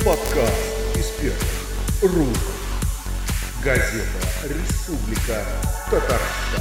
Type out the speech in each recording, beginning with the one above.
Подкаст из первых рук. Газета «Республика Татарстан».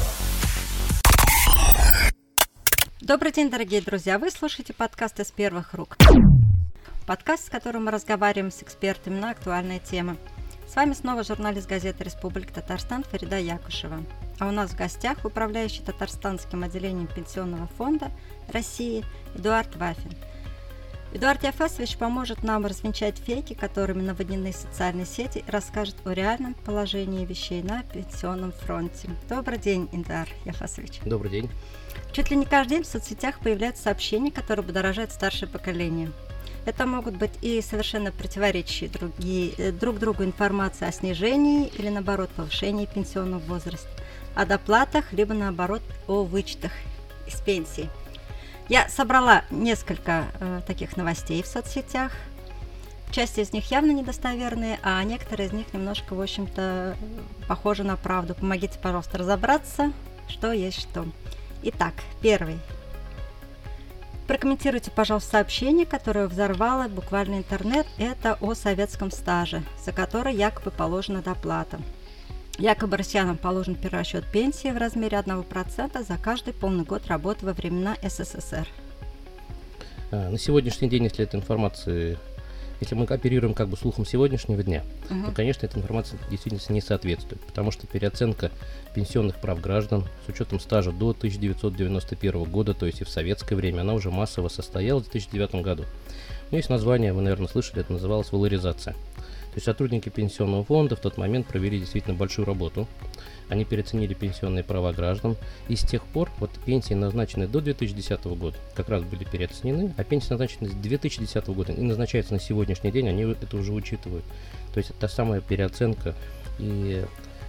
Добрый день, дорогие друзья! Вы слушаете подкаст из первых рук. Подкаст, с которым мы разговариваем с экспертами на актуальные темы. С вами снова журналист газеты «Республика Татарстан» Фарида Якушева. А у нас в гостях управляющий Татарстанским отделением Пенсионного фонда России Эдуард Вафин. Эдуард Яфасович поможет нам развенчать фейки, которыми наводнены социальные сети, и расскажет о реальном положении вещей на пенсионном фронте. Добрый день, Эдуард Яфасович. Добрый день. Чуть ли не каждый день в соцсетях появляются сообщения, которые будоражат старшее поколение. Это могут быть и совершенно противоречащие друг другу информация о снижении или, наоборот, повышении пенсионного возраста, о доплатах, либо, наоборот, о вычетах из пенсии. Я собрала несколько таких новостей в соцсетях. Часть из них явно недостоверные, а некоторые из них немножко, в общем-то, похожи на правду. Помогите, пожалуйста, разобраться, что есть что. Итак, первый. Прокомментируйте, пожалуйста, сообщение, которое взорвало буквально интернет. Это о советском стаже, за который якобы положена доплата. Якобы россиянам положен перерасчет пенсии в размере 1% за каждый полный год работы во времена СССР. На сегодняшний день, если эта информация, если мы оперируем как бы слухом сегодняшнего дня, то, конечно, эта информация действительно не соответствует, потому что переоценка пенсионных прав граждан с учетом стажа до 1991 года, то есть и в советское время, она уже массово состоялась в 2009 году. Есть название, вы, наверное, слышали, это называлось валоризация. То есть сотрудники пенсионного фонда в тот момент провели действительно большую работу. Они переоценили пенсионные права граждан. И с тех пор вот пенсии, назначенные до 2010 года, как раз были переоценены, а пенсии, назначенные с 2010 года и назначаются на сегодняшний день, они это уже учитывают. То есть та самая переоценка и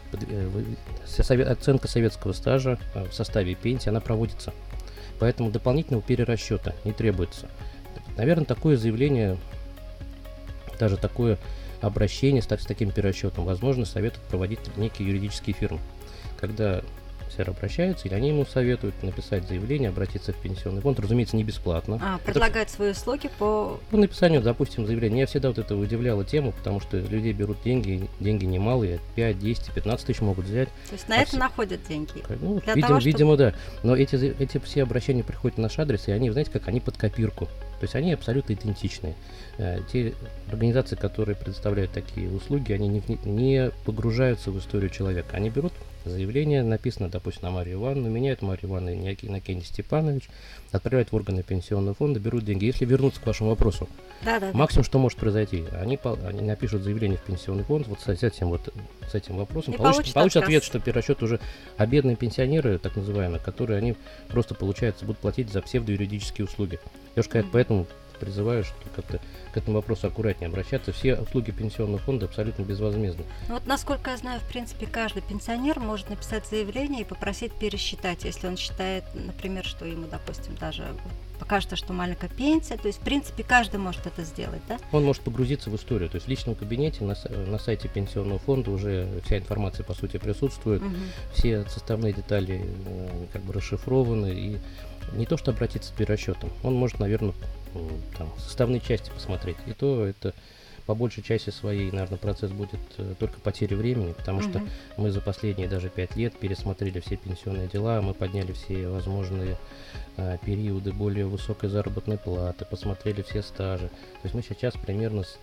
оценка советского стажа в составе пенсии, она проводится. Поэтому дополнительного перерасчета не требуется. Наверное, такое заявление, даже такое обращение с таким перерасчетом, возможно, советуют проводить некие юридические фирмы. Когда сэр обращается, или они ему советуют написать заявление, обратиться в пенсионный фонд, разумеется, не бесплатно. Предлагают свои услуги по написанию, допустим, заявления. Меня всегда вот это удивляла тема, потому что людей берут деньги немалые, 5, 10, 15 тысяч могут взять. То есть на это находят деньги? Ну, видимо, да. Но эти все обращения приходят на наш адрес, и они, знаете, как они под копирку. То есть они абсолютно идентичные. Те организации, которые предоставляют такие услуги, они не погружаются в историю человека. Они берут заявление, написано, допустим, на Марию Ивановну, меняют Марию Ивановну на Иннокентий Степанович, отправляют в органы пенсионного фонда, берут деньги. Если вернуться к вашему вопросу, максимум, что может произойти, они напишут заявление в пенсионный фонд вот с этим вопросом, получат ответ, что перерасчет уже, а бедные пенсионеры, так называемые, которые они просто, получается, будут платить за псевдоюридические услуги. Я уж поэтому призываю, что как-то к этому вопросу аккуратнее обращаться. Все услуги пенсионного фонда абсолютно безвозмездны. Вот, насколько я знаю, в принципе, каждый пенсионер может написать заявление и попросить пересчитать, если он считает, например, что ему, допустим, даже покажется, что маленькая пенсия. То есть, в принципе, каждый может это сделать, да? Он может погрузиться в историю. То есть в личном кабинете на сайте пенсионного фонда уже вся информация, по сути, присутствует. Все составные детали как бы расшифрованы. И не то, что обратиться с перерасчетом, он может, наверное, составные части посмотреть. И то это по большей части своей, наверное, процесс будет только потери времени, потому что мы за последние даже 5 лет пересмотрели все пенсионные дела, мы подняли все возможные периоды более высокой заработной платы, посмотрели все стажи. То есть мы сейчас примерно с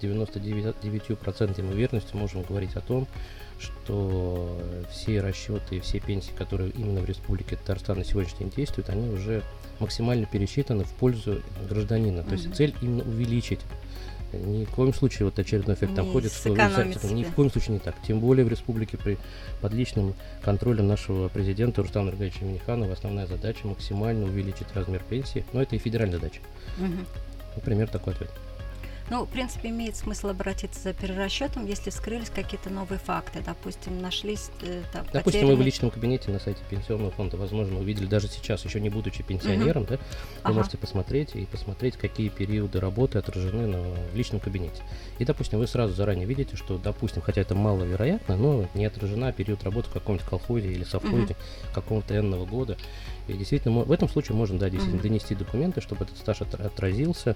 99% уверенностью можем говорить о том, что все расчеты и все пенсии, которые именно в Республике Татарстан на сегодняшний день действуют, они уже максимально пересчитаны в пользу гражданина. То есть цель именно увеличить. Ни в коем случае вот очередной эффект там ходит, что ни в коем случае не так. Тем более в республике под личным контролем нашего президента Рустама Нургалиевича Минниханова основная задача максимально увеличить размер пенсии. Но это и федеральная задача. Например, такой ответ. Ну, в принципе, имеет смысл обратиться за перерасчетом, если вскрылись какие-то новые факты. Допустим, нашлись Допустим, мы в личном кабинете на сайте пенсионного фонда, возможно, увидели даже сейчас, еще не будучи пенсионером, да, вы можете посмотреть, какие периоды работы отражены в личном кабинете. И, допустим, вы сразу заранее видите, что, допустим, хотя это маловероятно, но не отражена период работы в каком-нибудь колхозе или совхозе какого-то энного года. И действительно, в этом случае можно, действительно донести документы, чтобы этот стаж отразился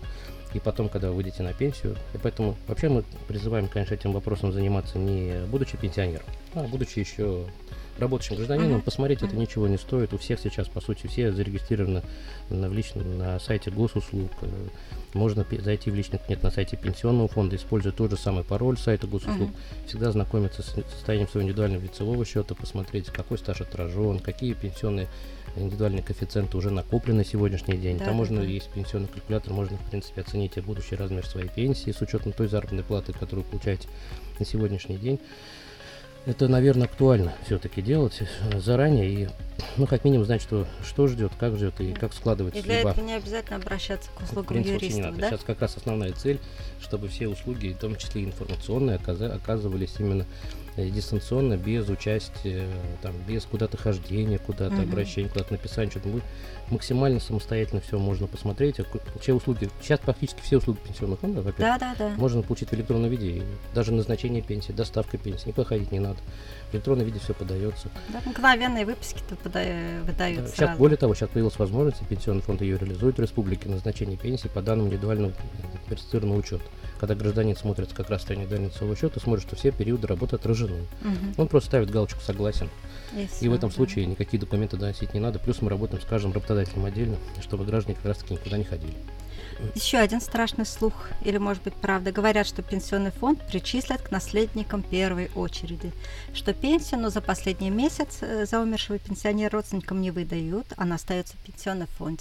и потом, когда вы выйдете на пенсию. И поэтому вообще мы призываем, конечно, этим вопросом заниматься не будучи пенсионером, а будучи еще работающим гражданином. Посмотреть это ничего не стоит. У всех сейчас, по сути, все зарегистрированы на сайте госуслуг. Можно зайти в личный кабинет на сайте пенсионного фонда, используя тот же самый пароль сайта госуслуг, всегда знакомиться с состоянием своего индивидуального лицевого счета, посмотреть, какой стаж отражен, какие пенсионные индивидуальные коэффициенты уже накоплены на сегодняшний день. Там можно, есть пенсионный калькулятор, можно, в принципе, оценить и будущий размер своей пенсии с учетом той заработной платы, которую вы получаете на сегодняшний день. Это, наверное, актуально все-таки делать заранее и, как минимум, знать, что ждет, и как складывается судьба. И для судьба. этого не обязательно обращаться к услугам юристов, не надо. Да? Сейчас как раз основная цель, чтобы все услуги, в том числе информационные, оказывались именно дистанционно, без участия, без куда-то хождения, куда-то обращения, куда-то написания, что-то будет. Максимально самостоятельно все можно посмотреть. Все услуги, сейчас практически все услуги пенсионных фондов, во-первых, можно получить в электронном виде. И даже назначение пенсии, доставка пенсии, никуда ходить не надо. В электронном виде все подается. Да, мгновенные выписки-то выдают сейчас, более того, сейчас появилась возможность, и пенсионный фонд ее реализует в республике, назначение пенсии по данным индивидуального верифицированного учета. Когда гражданин смотрит как раз состояние индивидуального лицевого счета, смотрит, что все периоды работы отражены. Он просто ставит галочку «Согласен». И в этом случае никакие документы доносить не надо. Плюс мы работаем с каждым работодателем отдельно, чтобы граждане как раз таки никуда не ходили. Еще один страшный слух, или может быть правда, говорят, что пенсионный фонд причислят к наследникам первой очереди, что пенсию, но за последний месяц за умершего пенсионера родственникам не выдают, она остается в пенсионном фонде.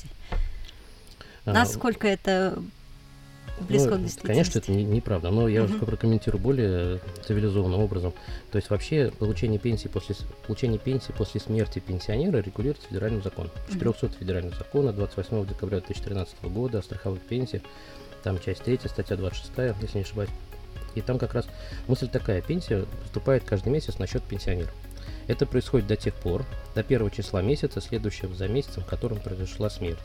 Насколько это близко к действительности? Конечно, это неправда, но я прокомментирую более цивилизованным образом. То есть вообще получение пенсии после смерти пенсионера регулируется федеральным законом. 400 федерального закона 28 декабря 2013 года о страховых пенсиях, там часть 3, статья 26, если не ошибаюсь. И там как раз мысль такая: пенсия поступает каждый месяц на счет пенсионера. Это происходит до тех пор, до 1 числа месяца, следующего за месяцем, в котором произошла смерть.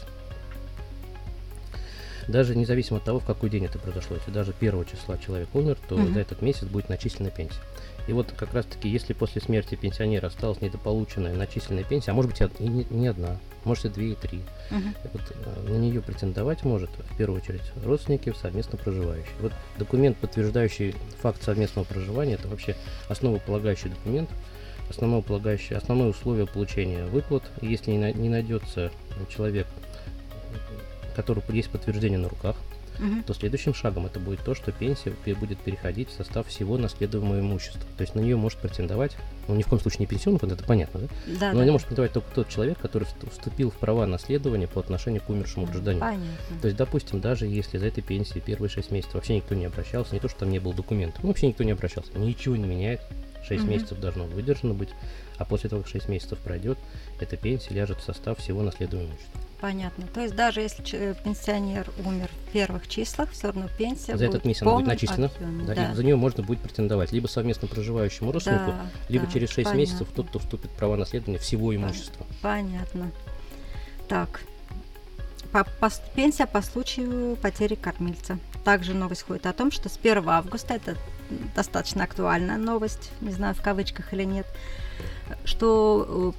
Даже независимо от того, в какой день это произошло, если даже 1 числа человек умер, то за этот месяц будет начислена пенсия. И вот как раз таки, если после смерти пенсионера осталась недополученная начисленная пенсия, а может быть и не одна, может и 2, и 3, на нее претендовать может в первую очередь родственники совместно проживающие. Вот документ, подтверждающий факт совместного проживания, это вообще основополагающий документ, основное условие получения выплат. Если не найдется человек, который есть подтверждение на руках, то следующим шагом это будет то, что пенсия будет переходить в состав всего наследуемого имущества. То есть на нее может претендовать, ни в коем случае не пенсионный фонд, это понятно, да? Но на нее может претендовать только тот человек, который вступил в права наследования по отношению к умершему гражданину. Понятно. То есть, допустим, даже если за этой пенсией первые 6 месяцев вообще никто не обращался, не то, что там не было документов, вообще никто не обращался, ничего не меняет, 6 месяцев должно выдержано быть, а после того, как 6 месяцев пройдет, эта пенсия ляжет в состав всего наследуемого имущества. Понятно. То есть даже если пенсионер умер в первых числах, все равно пенсия за будет этот месяц она будет начислена, да. И за нее можно будет претендовать либо совместно проживающему родственнику, либо через 6 месяцев тот, кто вступит в права наследования всего имущества. Понятно. Так. Пенсия по случаю потери кормильца. Также новость ходит о том, что с 1 августа, это достаточно актуальная новость, не знаю, в кавычках или нет, что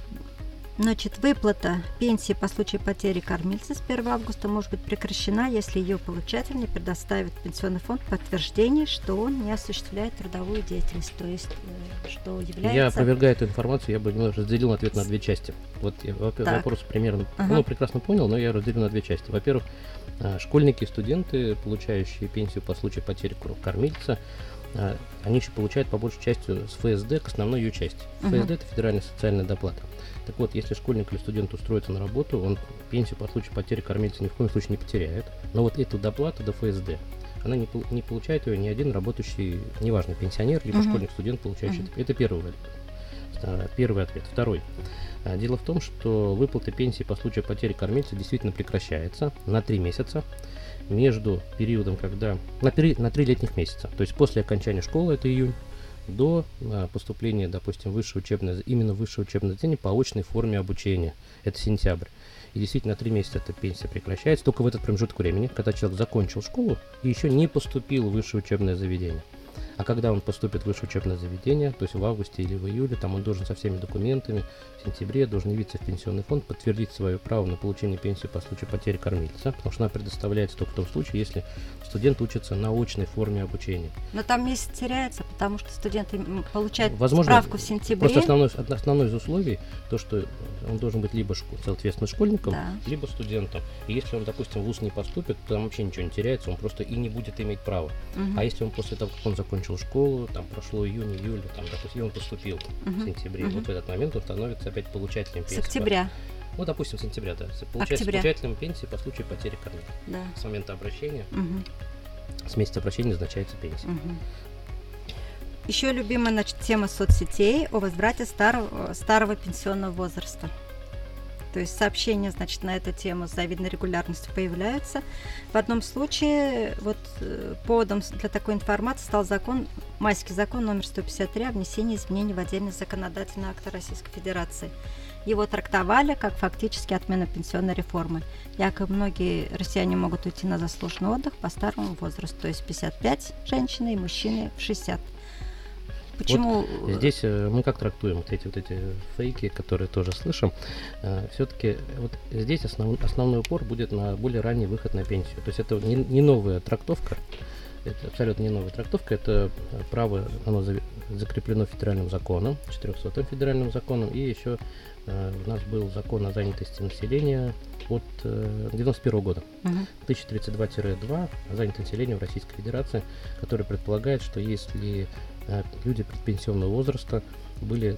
выплата пенсии по случаю потери кормильца с 1 августа может быть прекращена, если ее получатель не предоставит в пенсионный фонд подтверждение, что он не осуществляет трудовую деятельность, то есть что является... Я опровергаю эту информацию, я бы разделил ответ на две части. Вот вопрос примерно, прекрасно понял, но я разделил на две части. Во-первых, школьники и студенты, получающие пенсию по случаю потери кормильца, они еще получают по большей части с ФСД к основной ее части. ФСД – это федеральная социальная доплата. Так вот, если школьник или студент устроится на работу, он пенсию по случаю потери кормильца ни в коем случае не потеряет. Но вот эту доплату до ФСД, она не получает ее ни один работающий, неважно, пенсионер, либо школьник, студент, получающий. Это первый ответ. Второй. Дело в том, что выплата пенсии по случаю потери кормильца действительно прекращается на 3 месяца между периодом, когда... на 3 летних месяца. То есть после окончания школы, это июнь, до поступления, допустим, в высшее учебное заведение по очной форме обучения. Это сентябрь. И действительно, 3 месяца эта пенсия прекращается только в этот промежуток времени, когда человек закончил школу и еще не поступил в высшее учебное заведение. А когда он поступит в высшее учебное заведение, то есть в августе или в июле, там он должен со всеми документами, в сентябре должен явиться в пенсионный фонд, подтвердить свое право на получение пенсии по случаю потери кормильца, потому что она предоставляется только в том случае, если студент учится на очной форме обучения. Но там месяц теряется, потому что студенты получают Возможно, справку в сентябре. Просто основное из условий, то, что он должен быть либо соответственно школьником, Да. либо студентом. И если он, допустим, в вуз не поступит, то там вообще ничего не теряется, он просто и не будет иметь права. Мгм. А если он после того, как он закончил школу, там прошло июнь, июль, там, допустим, и он поступил в сентябре, Мгм. вот в этот момент он становится опять получателем С пенсии. октября. Ну, допустим, с сентября, да. Октября. Получателем пенсии по случаю потери кормильца. Да. С момента обращения, Мгм. с месяца обращения назначается пенсия. Еще любимая, значит, тема соцсетей о возврате старого пенсионного возраста. То есть сообщения, значит, на эту тему с завидной регулярностью появляются. В одном случае вот поводом для такой информации стал майский закон номер 153 о внесении изменений в отдельные законодательные акты Российской Федерации. Его трактовали как фактически отмену пенсионной реформы. Якобы многие россияне могут уйти на заслуженный отдых по старому возрасту, то есть 55 женщины и мужчины в 60. Почему? Вот здесь мы как трактуем вот эти фейки, которые тоже слышим. Все-таки вот здесь основной упор будет на более ранний выход на пенсию. То есть это не новая трактовка, это абсолютно не новая трактовка, это право, оно закреплено федеральным законом, 400-м федеральным законом, и еще у нас был закон о занятости населения от 91 года, 1032-2 о занятости населения в Российской Федерации, который предполагает, что если люди предпенсионного возраста были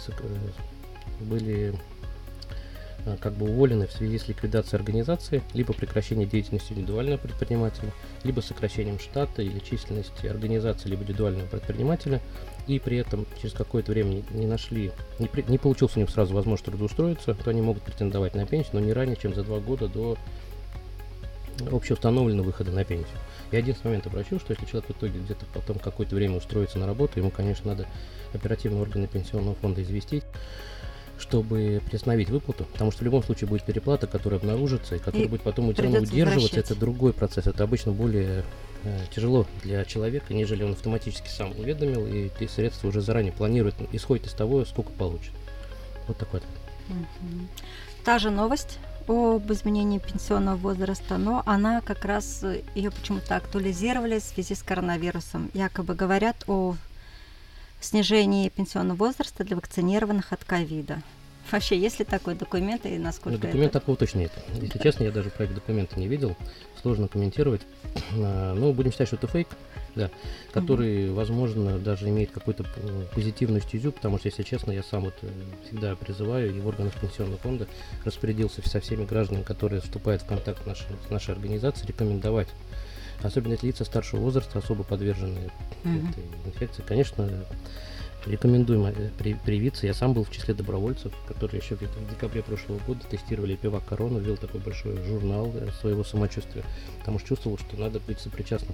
как бы уволены в связи с ликвидацией организации, либо прекращением деятельности индивидуального предпринимателя, либо сокращением штата или численности организации либо индивидуального предпринимателя, и при этом через какое-то время не получился у них сразу возможность трудоустроиться, то они могут претендовать на пенсию, но не ранее, чем за 2 года до общеустановленного выхода на пенсию. Я один момент обращу, что если человек в итоге где-то потом какое-то время устроится на работу, ему, конечно, надо оперативные органы пенсионного фонда известить, чтобы приостановить выплату, потому что в любом случае будет переплата, которая обнаружится, и которая будет потом удерживаться. Это другой процесс, это обычно более тяжело для человека, нежели он автоматически сам уведомил, и эти средства уже заранее планирует, исходит из того, сколько получит. Вот такой ответ. Та же новость об изменении пенсионного возраста, но она как раз, ее почему-то актуализировали в связи с коронавирусом. Якобы говорят о снижении пенсионного возраста для вакцинированных от ковида. Вообще, есть ли такой документ и насколько документ такого точно нет. Если честно, я даже проект документа не видел, сложно комментировать. Но будем считать, что это фейк, да, который, возможно, даже имеет какую-то позитивную стезю, потому что, если честно, я сам всегда призываю и в органах пенсионного фонда распорядился со всеми гражданами, которые вступают в контакт с нашей организацией, рекомендовать, особенно если лица старшего возраста, особо подвержены этой инфекции. Конечно, рекомендуем привиться. Я сам был в числе добровольцев, которые еще в декабре прошлого года тестировали пивак Корона, вел такой большой журнал своего самочувствия, потому что чувствовал, что надо быть сопричастным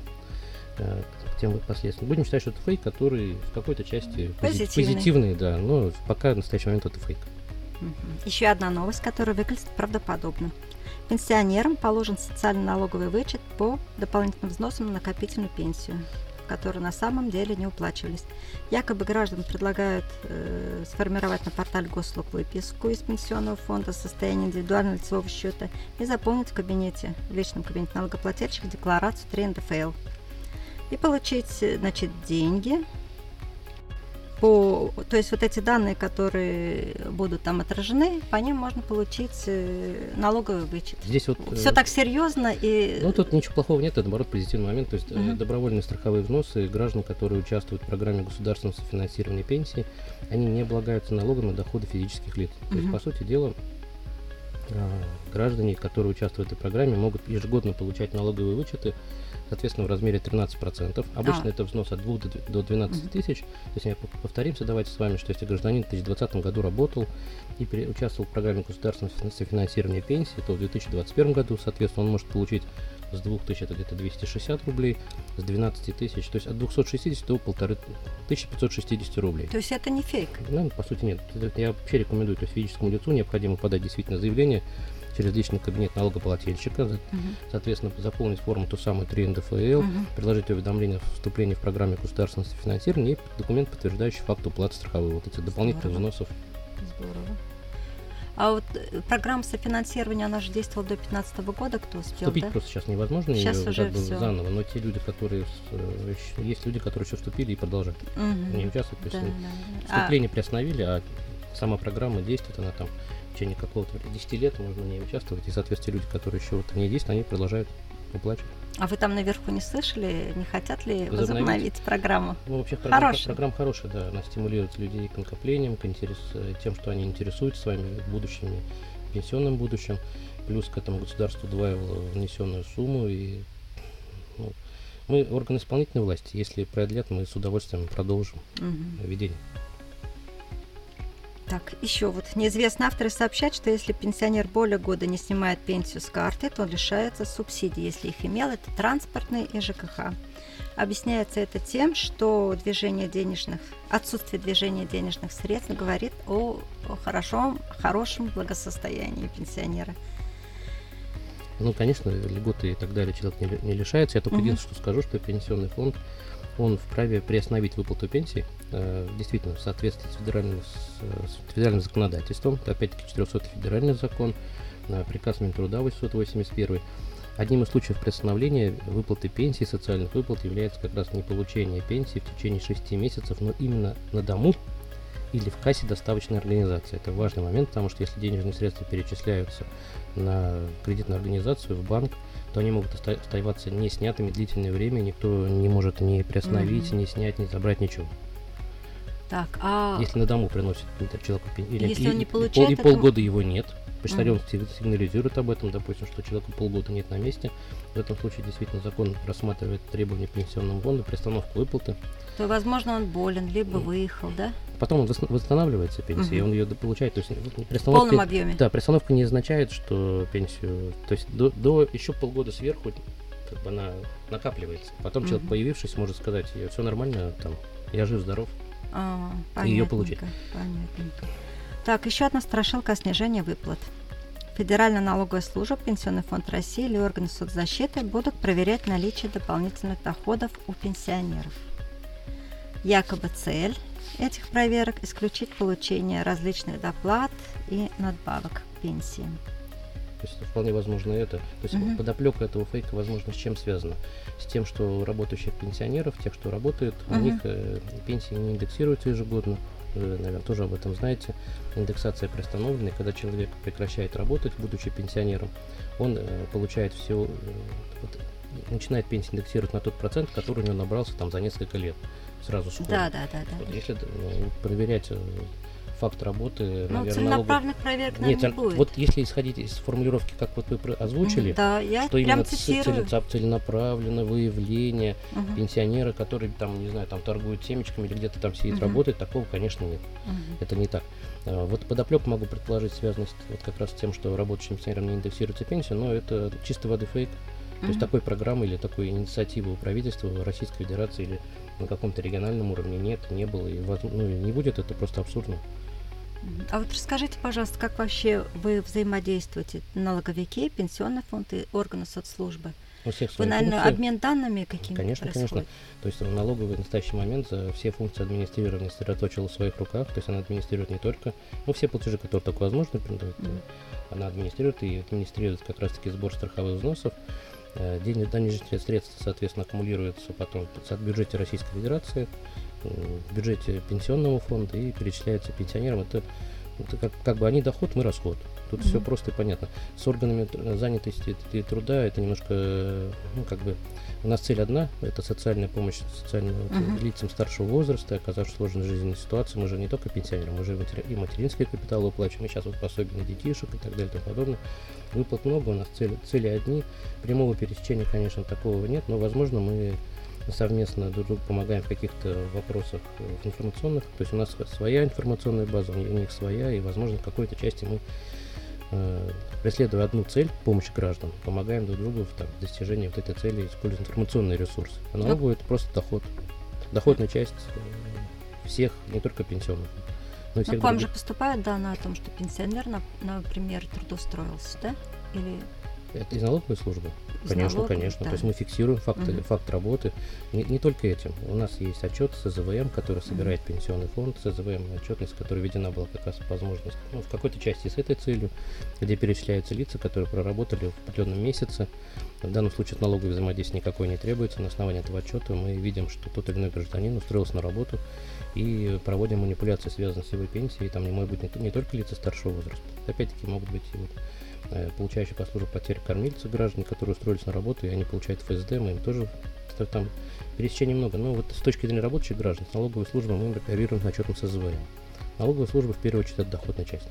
к тем последствиям. Будем считать, что это фейк, который в какой-то части позитивный, да, но пока в настоящий момент это фейк. Еще одна новость, которая выглядит правдоподобно. Пенсионерам положен социально-налоговый вычет по дополнительным взносам на накопительную пенсию, которые на самом деле не уплачивались. Якобы гражданам предлагают сформировать на портале госуслуг выписку из пенсионного фонда состояния индивидуального лицевого счета и заполнить в личном кабинете налогоплательщика декларацию 3 НДФЛ. И получить, значит, деньги то есть вот эти данные, которые будут там отражены, по ним можно получить налоговый вычет. Здесь вот все так серьезно и. Ну тут ничего плохого нет, это наоборот позитивный момент. То есть добровольные страховые взносы граждан, которые участвуют в программе государственного софинансирования пенсий, они не облагаются налогом на доходы физических лиц. То есть, по сути дела, граждане, которые участвуют в этой программе, могут ежегодно получать налоговые вычеты, соответственно, в размере 13%. Обычно это взнос от 2 до 12 тысяч. То есть, повторимся, давайте с вами, что если гражданин в 2020 году работал и участвовал в программе государственного софинансирования пенсии, то в 2021 году, соответственно, он может получить с 2000 это где-то 260 рублей, с 12 тысяч, то есть от 260 до 1560 рублей. То есть это не фейк? Ну, по сути, нет. Я вообще рекомендую, то есть физическому лицу необходимо подать действительно заявление через личный кабинет налогоплательщика, соответственно, заполнить форму ту самую 3 НДФЛ, приложить уведомление о вступлении в программе государственного финансирования и документ, подтверждающий факт уплаты страховых, вот эти дополнительных взносов. Здорово. А вот программа софинансирования, она же действовала до 2015 года, кто успел, Вступить да? просто сейчас невозможно, Сейчас ее уже как бы всё. заново, но те люди, которые, есть люди, которые еще вступили и продолжают не участвовать, то есть вступление приостановили, а сама программа действует, она там в течение какого-то 10 лет можно в ней участвовать, и, соответственно, люди, которые еще в ней действуют, они продолжают уплачивать. А вы там наверху не слышали, не хотят ли Возобновить? возобновить программу? Ну, вообще Хорошая. программа хорошая, да, она стимулирует людей к накоплениям, к тем, что они интересуются своими будущими, пенсионным будущим, плюс к этому государство удваивало внесенную сумму, и мы органы исполнительной власти, если продлят, мы с удовольствием продолжим введение. Так, еще вот неизвестные авторы сообщают, что если пенсионер более года не снимает пенсию с карты, то он лишается субсидий, если их имел, это транспортные и ЖКХ. Объясняется это тем, что отсутствие движения денежных средств говорит о хорошем благосостоянии пенсионера. Ну, конечно, льготы и так далее человек не лишается. Я только единственное, что скажу, что пенсионный фонд, он вправе приостановить выплату пенсий, действительно, в соответствии с федеральным законодательством, это опять-таки 400 федеральный закон, приказ Минтруда 881. Одним из случаев приостановления выплаты пенсий, социальных выплат является как раз неполучение пенсии в течение 6 месяцев, но именно на дому или в кассе доставочной организации. Это важный момент, потому что если денежные средства перечисляются на кредитную организацию, в банк, то они могут оставаться не снятыми длительное время, никто не может ни приостановить, ни снять, ни забрать, ничего. Так, если на дому приносит человеку пенсию, если он не получает, и полгода его нет, почтальон сигнализирует об этом, допустим, что человеку полгода нет на месте, в этом случае действительно закон рассматривает требования пенсионного фонда, приостановку выплаты. То, возможно, он болен, либо выехал, да? Потом он восстанавливается пенсия, и он ее получает. То есть в полном объеме. Да, приостановка не означает, что пенсию, то есть до еще полгода сверху как бы она накапливается. Потом человек, появившись, может сказать: все нормально, там, я жив-здоров, и ее получить. Понятненько. Так, еще одна страшилка о снижении выплат. Федеральная налоговая служба, Пенсионный фонд России или органы соцзащиты будут проверять наличие дополнительных доходов у пенсионеров. Якобы цель этих проверок – исключить получение различных доплат и надбавок к пенсии. То есть вполне возможно это. То есть подоплека этого фейка, возможно, с чем связано? С тем, что у работающих пенсионеров, тех, что работают, у них пенсии не индексируются ежегодно. Вы, наверное, тоже об этом знаете. Индексация приостановлена, и когда человек прекращает работать, будучи пенсионером, он получает все, начинает пенсию индексировать на тот процент, который у него набрался там за несколько лет. Сразу сходу. Да. Вот, если проверять факт работы, наверное, целенаправленных проверок, наверное, не будет. Вот если исходить из формулировки, как вот вы озвучили, я что именно цитирую. целенаправленное выявление пенсионера, который там, не знаю, там торгует семечками или где-то там сидит, работает, такого, конечно, нет. Это не так. Вот подоплеку могу предположить связанность вот как раз с тем, что работающим пенсионерам не индексируется пенсия, но это чистой воды фейк. То есть такой программы или такой инициативы у правительства Российской Федерации или на каком-то региональном уровне нет, не было и не будет, это просто абсурдно. А вот расскажите, пожалуйста, как вообще вы взаимодействуете, налоговики, пенсионный фонд и органы соцслужбы? Вы, наверное, обмен данными какими-то Конечно. То есть налоговая в настоящий момент все функции администрирования сосредоточила в своих руках, то есть она администрирует не только, все платежи, которые только возможно, она администрирует как раз-таки сбор страховых взносов. Денежные средства, соответственно, аккумулируются потом в бюджете Российской Федерации, в бюджете пенсионного фонда и перечисляются пенсионерам. Это как бы они доход, мы расход. Тут все просто и понятно. С органами занятости и труда это немножко, у нас цель одна, это социальная помощь социальным лицам старшего возраста, оказавшись в сложной жизненной ситуации. Мы же не только пенсионеры, мы же и материнский капитал уплачиваем, и сейчас вот пособие на детишек и так далее и тому подобное. Выплат много, у нас цели одни. Прямого пересечения, конечно, такого нет, но, возможно, мы совместно друг другу помогаем в каких-то вопросах информационных. То есть у нас своя информационная база, у них своя, и, возможно, в какой-то части мы, преследуя одну цель, помощь гражданам, помогаем друг другу в достижении вот этой цели, используя информационные ресурсы. А налоговый это просто доход. Доходная часть всех, не только пенсионных. Ну, к вам же поступают данные о том, что пенсионер, например, трудоустроился, да? Или... Это из налоговой службы? Конечно. Да. То есть мы фиксируем факт работы. Не только этим. У нас есть отчет СЗВМ, который собирает пенсионный фонд. СЗВМ отчетность, которая введена была как раз возможность, в какой-то части с этой целью, где перечисляются лица, которые проработали в определенном месяце. В данном случае от налоговой взаимодействия никакой не требуется. На основании этого отчета мы видим, что тот или иной гражданин устроился на работу, и проводим манипуляции, связанные с его пенсией. Там не могут быть не только лица старшего возраста. Опять-таки могут быть и получающие по службе потерь кормильцы граждане, которые устроились на работу, и они получают ФСД, мы им тоже там пересечений много. Но вот с точки зрения рабочих граждан, с налоговой службы мы оперируем на отчетном СЗВМ. Налоговая служба в первую очередь это доходная часть.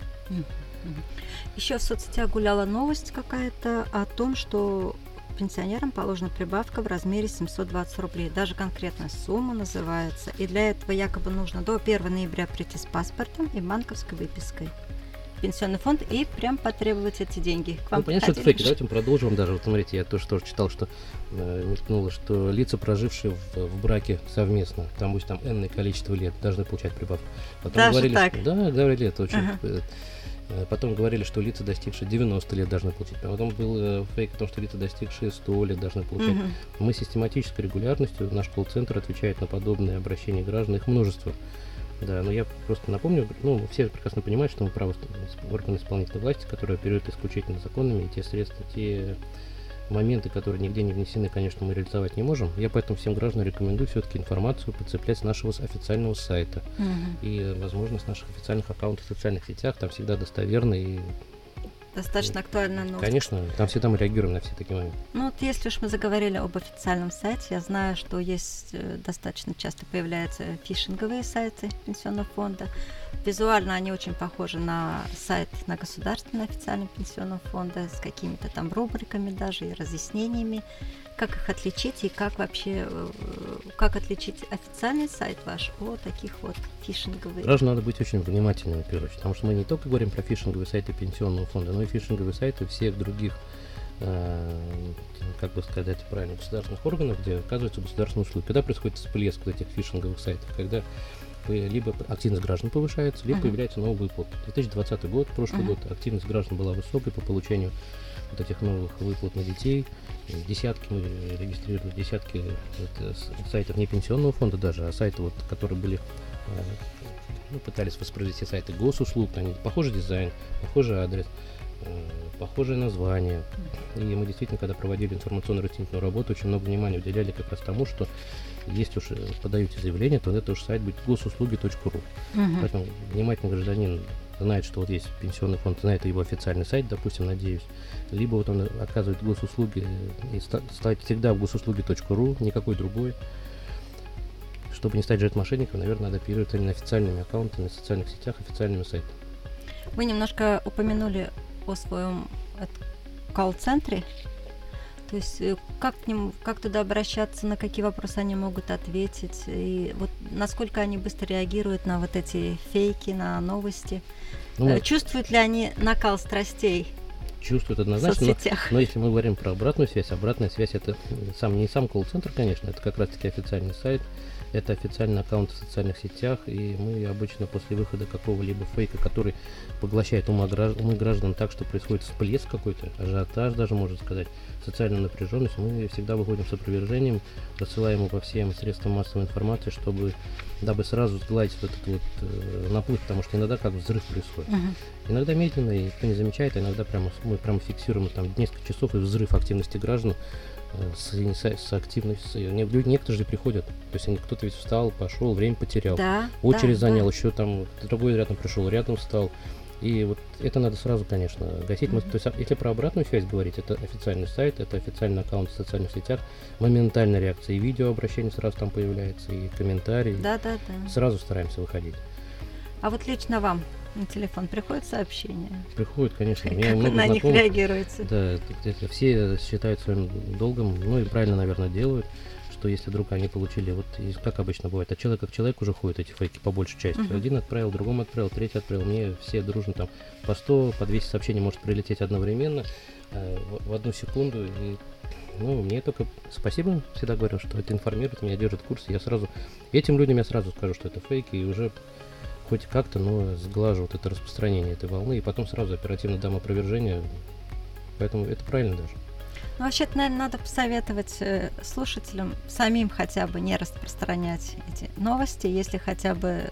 Еще в соцсетях гуляла новость какая-то о том, что пенсионерам положена прибавка в размере 720 рублей. Даже конкретная сумма называется. И для этого якобы нужно до 1 ноября прийти с паспортом и банковской выпиской в пенсионный фонд и прям потребовать эти деньги. К вам понятно, что это фейки. Давайте мы продолжим даже. Вот смотрите, я тоже читал, что мелькнуло, что лица, прожившие в браке совместно, там будет там энное количество лет, должны получать прибавку. Потом даже говорили, так? Говорили, это очень... Потом говорили, что лица, достигшие 90 лет, должны получить. Потом был фейк о том, что лица, достигшие 100 лет, должны получать. Мы систематической регулярностью, наш колл-центр отвечает на подобные обращения граждан, их множество. Да, но я просто напомню, все прекрасно понимают, что мы органы исполнительной власти, которые оперируют исключительно законными, и те средства, те моменты, которые нигде не внесены, конечно, мы реализовать не можем. Я поэтому всем гражданам рекомендую все-таки информацию подцеплять с нашего официального сайта. И, возможно, с наших официальных аккаунтов в социальных сетях, там всегда достоверно и... Достаточно актуальная новость. Конечно, там всегда мы реагируем на все такие моменты. Вот если уж мы заговорили об официальном сайте, я знаю, что есть достаточно часто появляются фишинговые сайты пенсионного фонда. Визуально они очень похожи на сайт на государственный официальный пенсионного фонда с какими-то там рубриками даже и разъяснениями. Как их отличить и как вообще, как отличить официальный сайт ваш от таких вот фишинговых? Гражданам надо быть очень внимательными, в первую очередь, потому что мы не только говорим про фишинговые сайты пенсионного фонда, но и фишинговые сайты всех других, как бы сказать правильно, государственных органов, где оказываются государственные услуги. Когда происходит всплеск этих фишинговых сайтов, когда либо активность граждан повышается, либо появляется новый выплат. 2020 год, прошлый год, активность граждан была высокой по получению вот этих новых выплат на детей. Десятки мы регистрировали, десятки сайтов не пенсионного фонда даже, а сайты, которые были, пытались воспроизвести сайты госуслуг, они похожий дизайн, похожий адрес, похожее название. И мы действительно, когда проводили информационно-разъяснительную работу, очень много внимания уделяли как раз тому, что если уж подаете заявление, то это уж сайт будет госуслуги.ру. Поэтому внимательный гражданин знает, что вот есть пенсионный фонд, знает его официальный сайт, допустим, надеюсь, либо вот он оказывает госуслуги и ставит всегда в госуслуги.ру, никакой другой. Чтобы не стать жертвой мошенников, наверное, надо оперировать именно официальными аккаунтами в социальных сетях, официальными сайтами. Вы немножко упомянули о своем колл-центре. То есть как к ним, как туда обращаться, на какие вопросы они могут ответить, и вот насколько они быстро реагируют на вот эти фейки, на новости. Чувствуют ли они накал страстей? Чувствуют однозначно, но если мы говорим про обратная связь это не сам колл-центр, конечно, это как раз-таки официальный сайт, это официальный аккаунт в социальных сетях, и мы обычно после выхода какого-либо фейка, который поглощает умы граждан так, что происходит всплеск какой-то, ажиотаж даже, можно сказать, социальная напряженность, мы всегда выходим с опровержением, рассылаем его по всем средствам массовой информации, дабы сразу сгладить вот этот вот наплыв, потому что иногда как взрыв происходит. Иногда медленно, и никто не замечает, а иногда мы прямо фиксируем там несколько часов и взрыв активности граждан с активностью. Некоторые же приходят, то есть кто-то ведь встал, пошел, время потерял, очередь занял, еще там другой рядом пришел, рядом встал. И вот это надо сразу, конечно, гасить. То есть, если про обратную связь говорить, это официальный сайт, это официальный аккаунт в социальных сетях, моментальная реакция, и видеообращение сразу там появляется, и комментарии. Сразу стараемся выходить. А вот лично вам на телефон приходят сообщения? Приходят, конечно. Как вы на них реагируете? Да, все считают своим долгом, и правильно, наверное, делают, что если вдруг они получили, как обычно бывает, от человека к человеку уже ходят эти фейки по большей части. Один отправил, другому отправил, третий отправил, мне все дружно там по 100, по 200 сообщений может прилететь одновременно в одну секунду. И мне только спасибо, всегда говорю, что это информирует, меня держит в курсе. Этим людям я сразу скажу, что это фейки, и уже хоть как-то, но сглажу вот это распространение этой волны, и потом сразу оперативно дам опровержение. Поэтому это правильно даже. Ну, вообще-то, наверное, надо посоветовать слушателям самим хотя бы не распространять эти новости, если хотя бы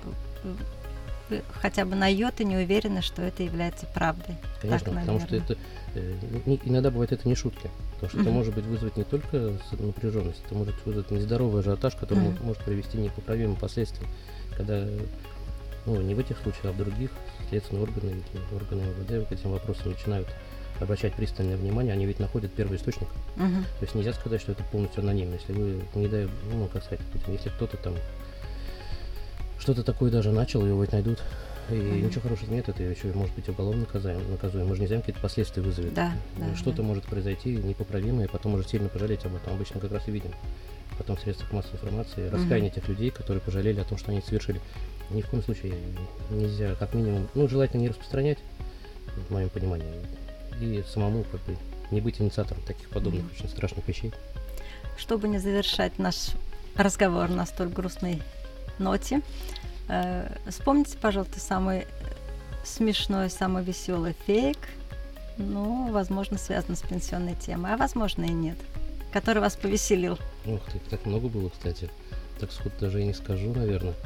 на йоту не уверены, что это является правдой. Конечно, так, потому что это иногда бывает это не шутки. Потому что это может быть вызвать не только напряженность, это может вызвать нездоровый ажиотаж, который может привести к непоправимым последствиям. Когда, не в этих случаях, а в других, следственные органы МВД к этим вопросам начинают обращать пристальное внимание, они ведь находят первый источник. То есть нельзя сказать, что это полностью анонимно. Если вы, не дай, если кто-то там что-то такое даже начал, его ведь найдут. И ничего хорошего нет, это еще может быть уголовно наказуемо. Мы же не знаем, какие-то последствия вызовет. Что-то может произойти непоправимое, и потом может сильно пожалеть об этом. Обычно как раз и видим потом в средствах массовой информации раскаяние тех людей, которые пожалели о том, что они совершили. Ни в коем случае нельзя, как минимум, желательно не распространять, в моем понимании, и самому как бы не быть инициатором таких подобных очень страшных вещей. Чтобы не завершать наш разговор на столь грустной ноте, вспомните, пожалуйста, самый смешной, самый веселый фейк, возможно, связан с пенсионной темой, а возможно и нет, который вас повеселил. Ух ты, так много было, кстати. Так сход даже и не скажу, наверное.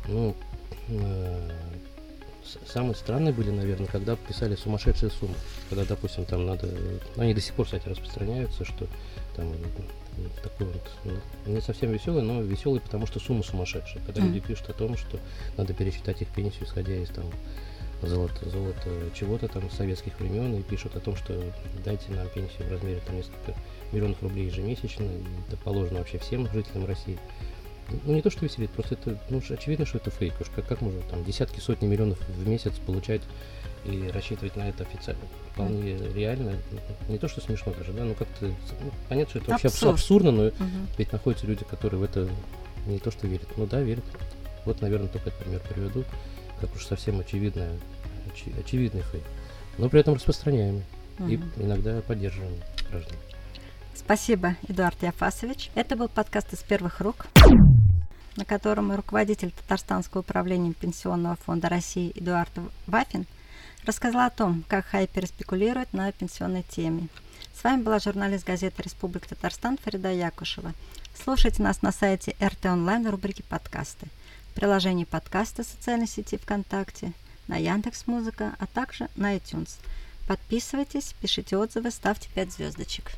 Самые странные были, наверное, когда писали сумасшедшие суммы. Когда, допустим, там надо... Они до сих пор, кстати, распространяются, что там такой не совсем веселый, но веселый, потому что сумма сумасшедшая. Когда люди пишут о том, что надо пересчитать их пенсию, исходя из там золота чего-то там советских времен, и пишут о том, что дайте нам пенсию в размере там несколько миллионов рублей ежемесячно, и это положено вообще всем жителям России. Не то, что веселит, просто это, очевидно, что это фейк. Уж как можно там десятки, сотни миллионов в месяц получать и рассчитывать на это официально? Вполне реально. Не то, что смешно даже, да, как-то понятно, что это вообще абсурдно, но ведь находятся люди, которые в это не то, что верят. Верят. Вот, наверное, только этот пример приведу, как уж совсем очевидный фейк. Но при этом распространяемый и иногда поддерживаемый граждан. Спасибо, Эдуард Яфасович. Это был подкаст «Из первых рук», на котором руководитель Татарстанского управления Пенсионного фонда России Эдуард Вафин рассказал о том, как хайперы спекулируют на пенсионной теме. С вами была журналист газеты «Республика Татарстан» Фарида Якушева. Слушайте нас на сайте РТ Онлайн в рубрике «Подкасты», в приложении подкаста социальной сети ВКонтакте, на Яндекс.Музыка, а также на iTunes. Подписывайтесь, пишите отзывы, ставьте 5 звездочек.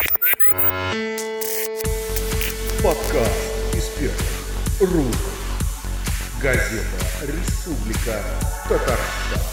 Подкаст из первых рук. Газета «Республика Татарстан».